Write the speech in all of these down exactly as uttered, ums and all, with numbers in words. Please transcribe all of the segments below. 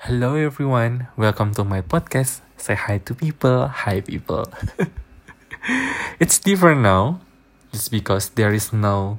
Hello everyone, welcome to my podcast. Say hi to people, hi people. It's different now, just because there is no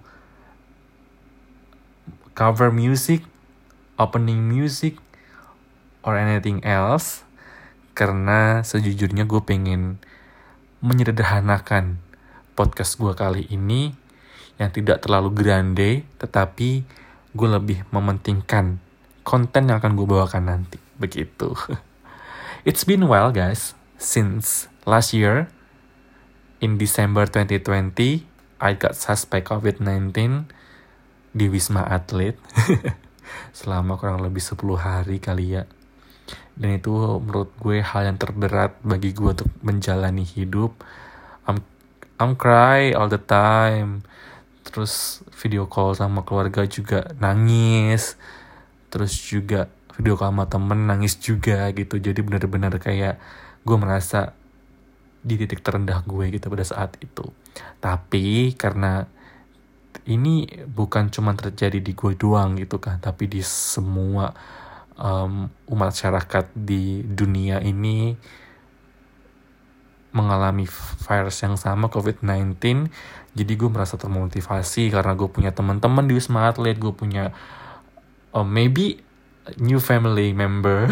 cover music, opening music, or anything else. Karena sejujurnya gue pengen menyederhanakan podcast gue kali ini yang tidak terlalu grande, tetapi gue lebih mementingkan konten yang akan gue bawakan nanti. Begitu. It's been a while guys, since last year, in December twenty twenty, I got suspect covid nineteen di Wisma Atlet. Selama kurang lebih sepuluh hari kali ya. Dan itu menurut gue hal yang terberat bagi gue untuk menjalani hidup. I'm, I'm cry all the time. Terus video call sama keluarga juga nangis. Terus juga video call sama temen nangis juga gitu. Jadi benar-benar kayak gue merasa di titik terendah gue gitu pada saat itu. Tapi karena ini bukan cuma terjadi di gue doang gitu kan, tapi di semua um, umat masyarakat di dunia ini mengalami virus yang sama, covid nineteen. Jadi gue merasa termotivasi karena gue punya teman-teman di Wisma Atlet, gue punya uh, maybe new family member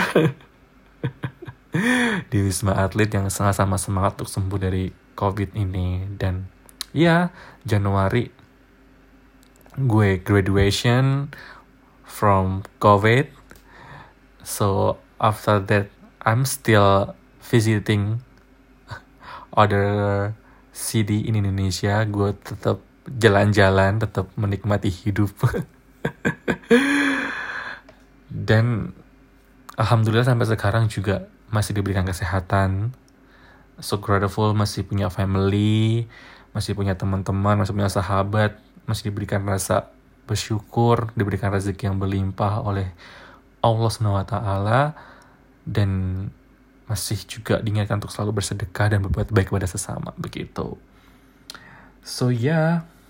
di Wisma Atlet yang sama-sama semangat untuk sembuh dari COVID ini. Dan ya, Januari gue graduation from COVID. So after that, I'm still visiting other city in Indonesia. Gue tetap jalan-jalan, tetap menikmati hidup. Dan alhamdulillah sampai sekarang juga masih diberikan kesehatan. So grateful, masih punya family, masih punya teman-teman, masih punya sahabat, masih diberikan rasa bersyukur, diberikan rezeki yang berlimpah oleh Allah subhanahu wa taala, dan masih juga diingatkan untuk selalu bersedekah dan berbuat baik kepada sesama, begitu. So ya, yeah.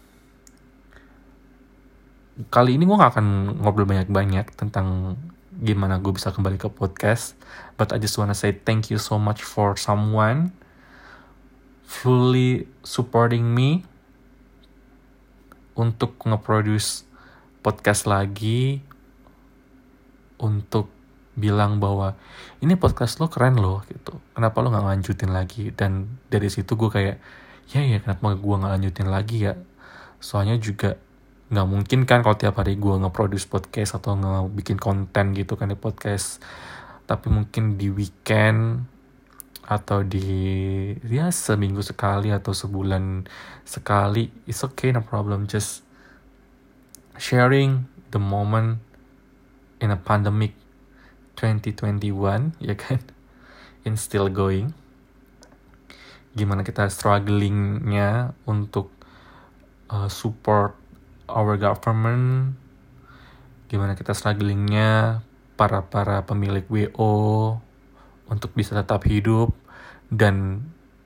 Kali ini gue gak akan ngobrol banyak-banyak tentang gimana gue bisa kembali ke podcast, but I just wanna say thank you so much for someone fully supporting me untuk nge-produce podcast lagi, untuk bilang bahwa ini podcast lo keren loh gitu, kenapa lo gak lanjutin lagi. Dan dari situ gue kayak ya ya kenapa gue gak lanjutin lagi ya, soalnya juga gak mungkin kan kalau tiap hari gue nge-produce podcast atau nge-bikin konten gitu kan di podcast. Tapi mungkin di weekend atau di ya seminggu sekali atau sebulan sekali, it's okay, no problem, just sharing the moment in a pandemic twenty twenty-one, ya kan, in still going. Gimana kita strugglingnya untuk uh, support our government, gimana kita strugglingnya para para pemilik W O untuk bisa tetap hidup dan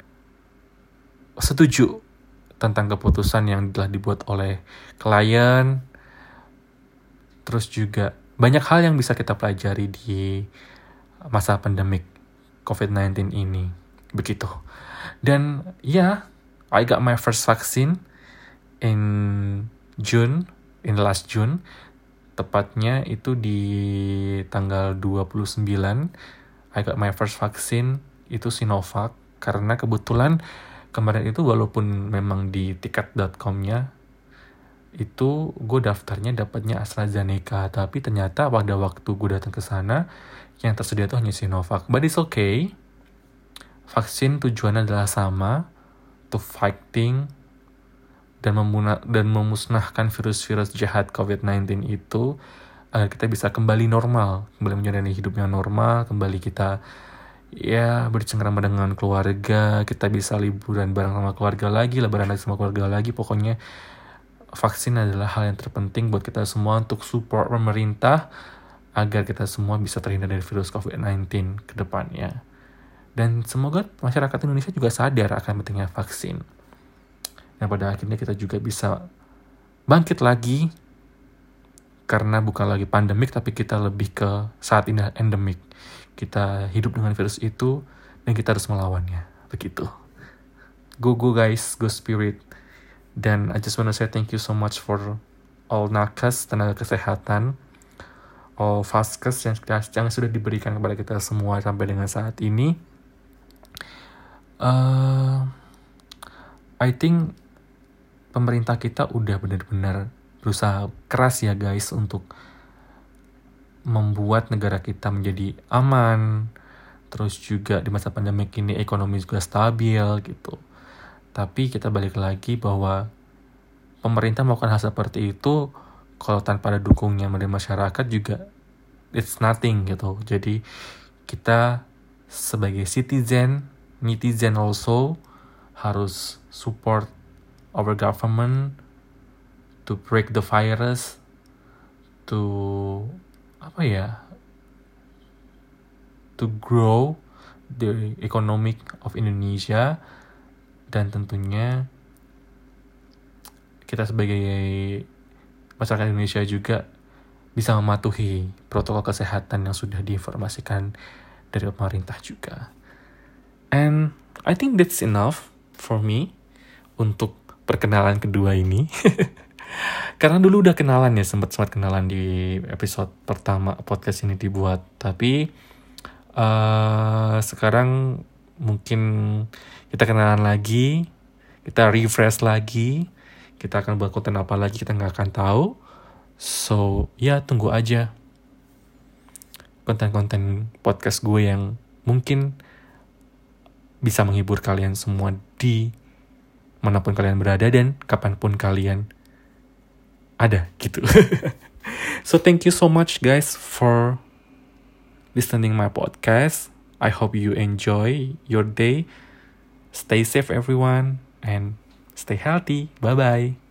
setuju tentang keputusan yang telah dibuat oleh klien. Terus juga banyak hal yang bisa kita pelajari di masa pandemik covid nineteen ini, begitu. Dan ya, yeah, I got my first vaccine in June, in last June. Tepatnya itu di tanggal dua puluh sembilan. I got my first vaccine, itu Sinovac. Karena kebetulan kemarin itu walaupun memang di tiket dot com-nya itu gue daftarnya dapatnya AstraZeneca, tapi ternyata pada waktu gue datang ke sana yang tersedia tuh hanya Sinovac. But it's okay. Vaksin tujuannya adalah sama, to fighting dan memuna- dan memusnahkan virus-virus jahat covid nineteen itu agar kita bisa kembali normal, kembali menjalani hidup yang normal, kembali kita ya bercengkrama dengan keluarga, kita bisa liburan bareng sama keluarga lagi, lebaran lagi sama keluarga lagi. Pokoknya vaksin adalah hal yang terpenting buat kita semua untuk support pemerintah agar kita semua bisa terhindar dari virus covid nineteen ke depannya. Dan semoga masyarakat Indonesia juga sadar akan pentingnya vaksin. Dan pada akhirnya kita juga bisa bangkit lagi, karena bukan lagi pandemik, tapi kita lebih ke saat ini endemik. Kita hidup dengan virus itu dan kita harus melawannya. Begitu. Go go guys, go spirit. Dan I just wanna say thank you so much for all nakes, tenaga kesehatan, all vaskes yang, yang sudah diberikan kepada kita semua sampai dengan saat ini. Uh, I think pemerintah kita udah benar-benar berusaha keras ya guys untuk membuat negara kita menjadi aman, terus juga di masa pandemi ini ekonomi juga stabil gitu. Tapi kita balik lagi bahwa pemerintah melakukan hal seperti itu kalau tanpa ada dukungnya dari masyarakat juga it's nothing gitu. Jadi kita sebagai citizen, netizen also harus support our government to break the virus, to apa ya, to grow the economic of Indonesia, dan tentunya kita sebagai masyarakat Indonesia juga bisa mematuhi protokol kesehatan yang sudah diinformasikan dari pemerintah juga. And I think that's enough for me untuk perkenalan kedua ini. Karena dulu udah kenalan ya, sempat-sempat kenalan di episode pertama podcast ini dibuat. Tapi uh, sekarang mungkin kita kenalan lagi, kita refresh lagi, kita akan buat konten apa lagi kita nggak akan tahu. So ya tunggu aja konten-konten podcast gue yang mungkin bisa menghibur kalian semua di manapun kalian berada dan kapanpun kalian ada gitu. So thank you so much guys for listening my podcast. I hope you enjoy your day. Stay safe everyone and stay healthy. Bye bye.